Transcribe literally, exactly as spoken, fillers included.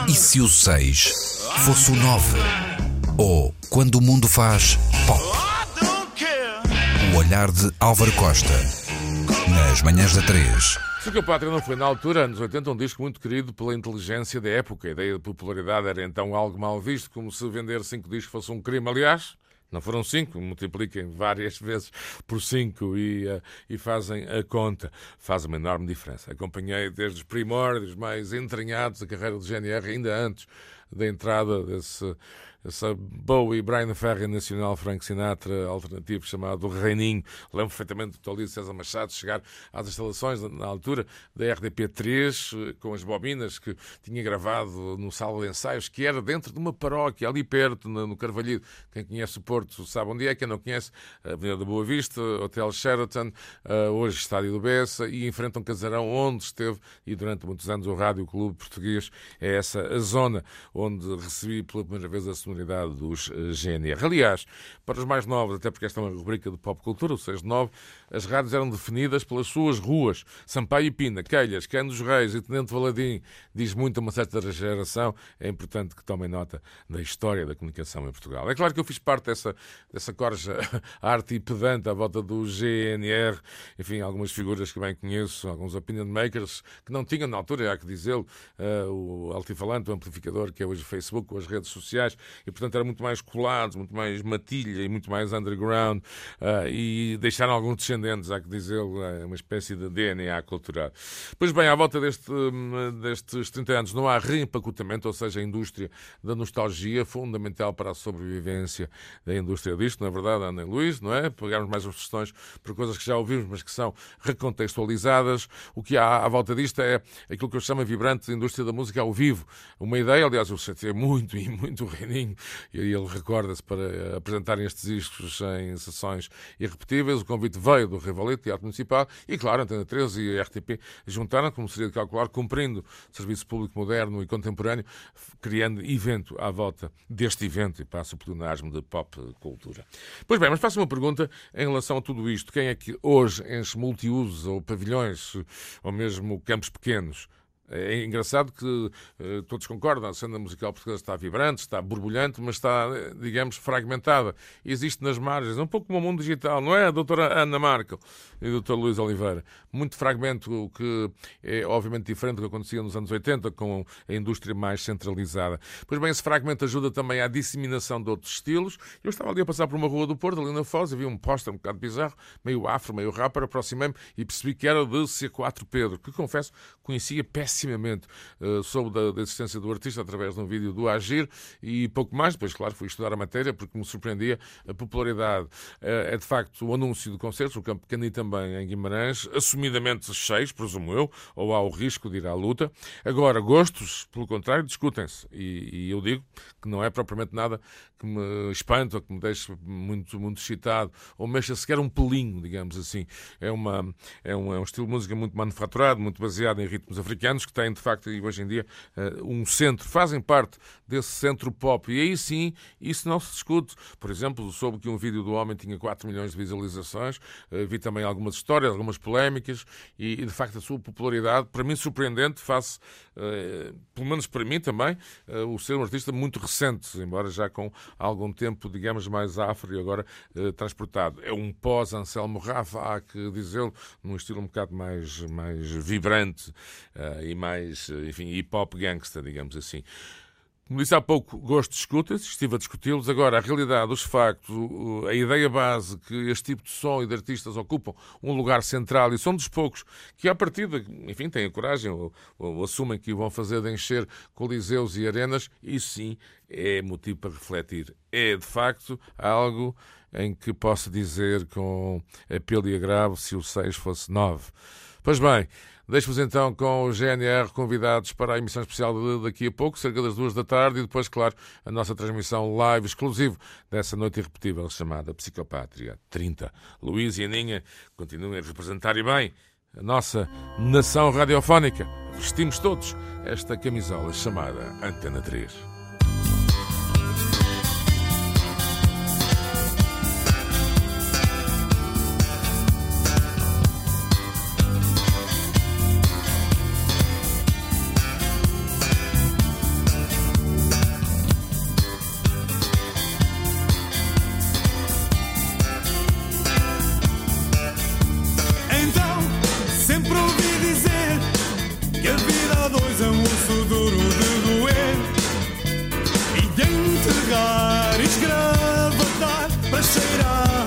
E se o seis fosse o nove? Ou quando o mundo faz pop? O olhar de Álvaro Costa, nas manhãs da três. Psicopátria não foi, na altura, anos oitenta, um disco muito querido pela inteligência da época. A ideia de popularidade era então algo mal visto, como se vender cinco discos fosse um crime. Aliás, não foram cinco, multipliquem várias vezes por cinco e, uh, e fazem a conta. Faz uma enorme diferença. Acompanhei desde os primórdios mais entranhados a carreira do G N R, ainda antes da entrada desse... essa Bowie, Brian Ferry nacional, Frank Sinatra, alternativo chamado Reininho. Lembro perfeitamente do Tolício César Machado chegar às instalações na altura da R D P três com as bobinas que tinha gravado no sala de ensaios, que era dentro de uma paróquia ali perto, no Carvalhido. Quem conhece o Porto sabe onde é, quem não conhece, a Avenida da Boa Vista, Hotel Sheraton, hoje Estádio do Bessa, e em frente a um casarão onde esteve, e durante muitos anos, o Rádio Clube Português. É essa a zona onde recebi pela primeira vez a sonoridade dos G N R. Aliás, para os mais novos, até porque esta é uma rubrica de pop cultura, o seis de nove, as rádios eram definidas pelas suas ruas. Sampaio e Pina, Quelhas, Cano dos Reis e Tenente Valadim. Diz muito a uma certa geração. É importante que tomem nota da história da comunicação em Portugal. É claro que eu fiz parte dessa, dessa corja arte e pedante à volta do G N R. Enfim, algumas figuras que bem conheço, alguns opinion makers, que não tinham na altura, há que dizê-lo, uh, o altifalante, o amplificador, que é hoje o Facebook, ou as redes sociais, e portanto era muito mais colado, muito mais matilha e muito mais underground, uh, e deixaram alguns descendentes, há que dizê-lo, uh, uma espécie de D N A cultural. Pois bem, à volta deste, destes trinta anos não há reempacotamento, ou seja, a indústria da nostalgia, fundamental para a sobrevivência da indústria disto, na verdade, Ana e Luís, não é? Pegarmos mais as questões por coisas que já ouvimos, mas que são recontextualizadas. O que há à volta disto é aquilo que eu chamo vibrante indústria da música ao vivo. Uma ideia, aliás, eu chateei muito e muito o Reininho, e ele recorda-se para apresentarem estes discos em sessões irrepetíveis. O convite veio do Rivalete, Teatro Municipal, e claro, Antena três e a R T P juntaram, como seria de calcular, cumprindo serviço público moderno e contemporâneo, criando evento à volta deste evento, e passo o pleonasmo de pop cultura. Pois bem, mas faço uma pergunta em relação a tudo isto. Quem é que hoje enche multiusos ou pavilhões, ou mesmo campos pequenos? É engraçado que uh, todos concordam, a cena musical portuguesa está vibrante, está borbulhante, mas está, digamos, fragmentada. Existe nas margens, um pouco como o mundo digital, não é? A doutora Ana Markel e o doutor Luís Oliveira. Muito fragmento, o que é obviamente diferente do que acontecia nos anos oitenta, com a indústria mais centralizada. Pois bem, esse fragmento ajuda também à disseminação de outros estilos. Eu estava ali a passar por uma rua do Porto, ali na Foz, havia um póster um bocado bizarro, meio afro, meio rapper, aproximei-me e percebi que era de C quatro Pedro, que, confesso, conhecia péssimo Uh, soube da, da existência do artista através de um vídeo do Agir e pouco mais. Depois, claro, fui estudar a matéria porque me surpreendia a popularidade. Uh, é de facto o anúncio de concertos, o Campo Pequeno também em Guimarães, assumidamente cheios, presumo eu, ou há o risco de ir à luta. Agora, gostos, pelo contrário, discutem-se. E, e eu digo que não é propriamente nada que me espanta ou que me deixe muito, muito excitado ou mexa sequer um pelinho, digamos assim. É, uma, é, um, é um estilo de música muito manufaturado, muito baseado em ritmos africanos, que têm, de facto, e hoje em dia, um centro, fazem parte desse centro pop. E aí sim, isso não se discute. Por exemplo, soube que um vídeo do homem tinha quatro milhões de visualizações, vi também algumas histórias, algumas polémicas, e, de facto, a sua popularidade, para mim, surpreendente, face, pelo menos para mim também, o ser um artista muito recente, embora já com algum tempo, digamos, mais afro e agora transportado. É um pós-Anselmo Rafa, há que dizê-lo, num estilo um bocado mais, mais vibrante, Uh, e mais, enfim, hip-hop gangsta, digamos assim. Como disse há pouco, gosto de escutas, estive a discuti-los. Agora, a realidade, os factos, a ideia base que este tipo de som e de artistas ocupam um lugar central e são dos poucos que, à partida, enfim, têm a coragem ou, ou assumem que vão fazer de encher coliseus e arenas, isso sim é motivo para refletir. É, de facto, algo em que posso dizer com apelo e agravo se o seis fosse nove. Pois bem, deixo-vos então com o G N R convidados para a emissão especial de daqui a pouco, cerca das duas da tarde, e depois, claro, a nossa transmissão live exclusivo dessa noite irrepetível chamada Psicopátria trinta. Luís e Aninha continuem a representar e bem a nossa nação radiofónica. Vestimos todos esta camisola chamada Antena três. Agarrar e esgravatar para cheirar